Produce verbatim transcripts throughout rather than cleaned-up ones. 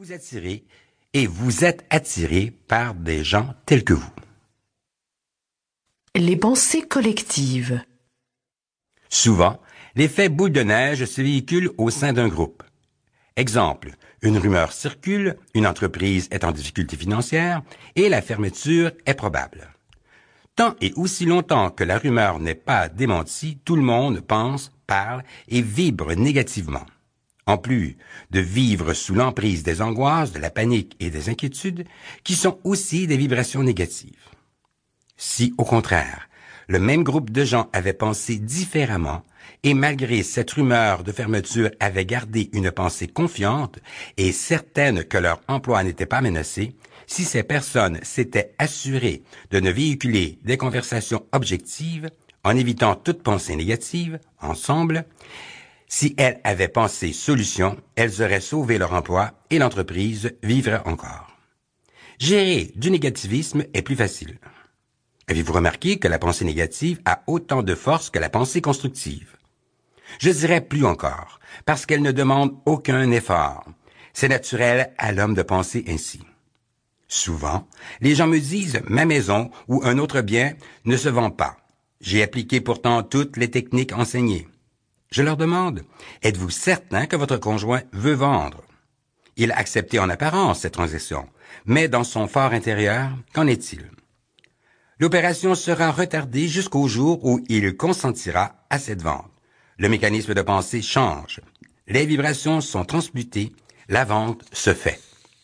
vous attirez et vous êtes attiré par des gens tels que vous. Les pensées collectives. Souvent, l'effet boule de neige se véhicule au sein d'un groupe. Exemple, une rumeur circule, une entreprise est en difficulté financière et la fermeture est probable. Tant et aussi longtemps que la rumeur n'est pas démentie, tout le monde pense, parle et vibre négativement. En plus de vivre sous l'emprise des angoisses, de la panique et des inquiétudes, qui sont aussi des vibrations négatives. Si, au contraire, le même groupe de gens avait pensé différemment et malgré cette rumeur de fermeture avait gardé une pensée confiante et certaine que leur emploi n'était pas menacé, si ces personnes s'étaient assurées de ne véhiculer des conversations objectives en évitant toute pensée négative, ensemble, si elles avaient pensé solution, elles auraient sauvé leur emploi et l'entreprise vivrait encore. Gérer du négativisme est plus facile. Avez-vous remarqué que la pensée négative a autant de force que la pensée constructive? Je dirais plus encore, parce qu'elle ne demande aucun effort. C'est naturel à l'homme de penser ainsi. Souvent, les gens me disent « ma maison ou un autre bien ne se vend pas. J'ai appliqué pourtant toutes les techniques enseignées. » Je leur demande « êtes-vous certain que votre conjoint veut vendre? » Il a accepté en apparence cette transaction, mais dans son fort intérieur, qu'en est-il? L'opération sera retardée jusqu'au jour où il consentira à cette vente. Le mécanisme de pensée change. Les vibrations sont transmutées. La vente se fait.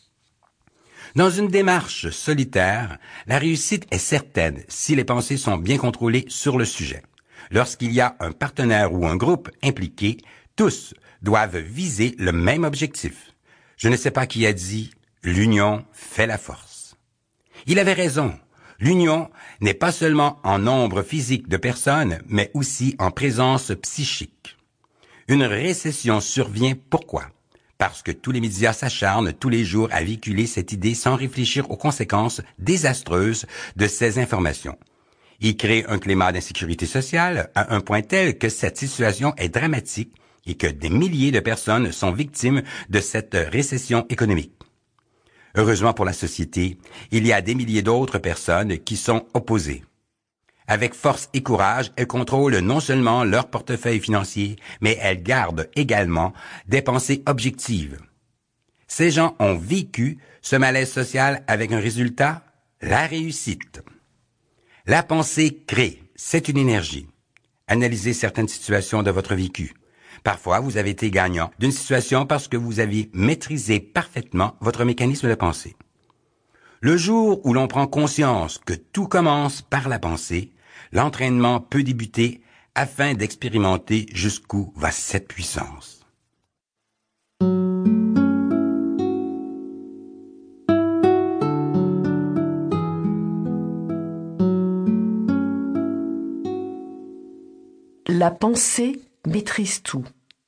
Dans une démarche solitaire, la réussite est certaine si les pensées sont bien contrôlées sur le sujet. Lorsqu'il y a un partenaire ou un groupe impliqué, tous doivent viser le même objectif. Je ne sais pas qui a dit « l'union fait la force ». Il avait raison. L'union n'est pas seulement en nombre physique de personnes, mais aussi en présence psychique. Une récession survient pourquoi? Parce que tous les médias s'acharnent tous les jours à véhiculer cette idée sans réfléchir aux conséquences désastreuses de ces informations. Ils créent un climat d'insécurité sociale à un point tel que cette situation est dramatique et que des milliers de personnes sont victimes de cette récession économique. Heureusement pour la société, il y a des milliers d'autres personnes qui sont opposées. Avec force et courage, elles contrôlent non seulement leur portefeuille financier, mais elles gardent également des pensées objectives. Ces gens ont vécu ce malaise social avec un résultat, la réussite. La pensée crée, c'est une énergie. Analysez certaines situations de votre vécu. Parfois, vous avez été gagnant d'une situation parce que vous avez maîtrisé parfaitement votre mécanisme de pensée. Le jour où l'on prend conscience que tout commence par la pensée, l'entraînement peut débuter afin d'expérimenter jusqu'où va cette puissance. La pensée maîtrise tout.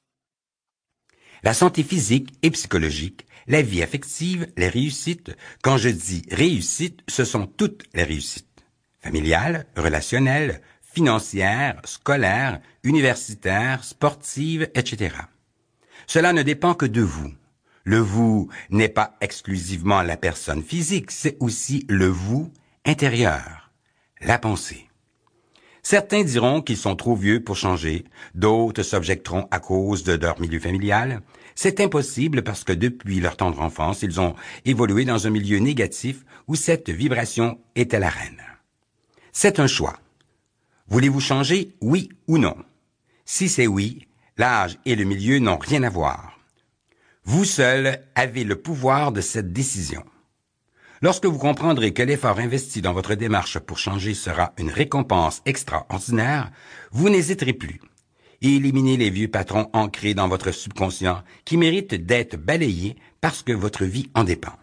La santé physique et psychologique, la vie affective, les réussites. Quand je dis réussite, ce sont toutes les réussites. Familiales, relationnelles, financières, scolaires, universitaires, sportives, et cetera. Cela ne dépend que de vous. Le vous n'est pas exclusivement la personne physique, c'est aussi le vous intérieur, la pensée. Certains diront qu'ils sont trop vieux pour changer, d'autres s'objecteront à cause de leur milieu familial. C'est impossible parce que depuis leur tendre enfance, ils ont évolué dans un milieu négatif où cette vibration était la reine. C'est un choix. Voulez-vous changer, oui ou non? Si c'est oui, l'âge et le milieu n'ont rien à voir. Vous seul avez le pouvoir de cette décision. Lorsque vous comprendrez que l'effort investi dans votre démarche pour changer sera une récompense extraordinaire, vous n'hésiterez plus. Éliminez les vieux patrons ancrés dans votre subconscient qui méritent d'être balayés parce que votre vie en dépend.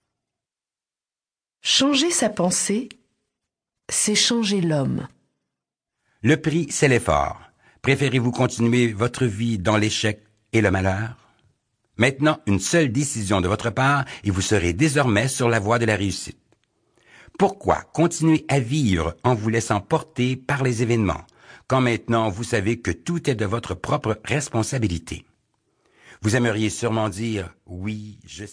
Changer sa pensée, c'est changer l'homme. Le prix, c'est l'effort. Préférez-vous continuer votre vie dans l'échec et le malheur? Maintenant, une seule décision de votre part et vous serez désormais sur la voie de la réussite. Pourquoi continuer à vivre en vous laissant porter par les événements, quand maintenant vous savez que tout est de votre propre responsabilité? Vous aimeriez sûrement dire « oui, je sais ».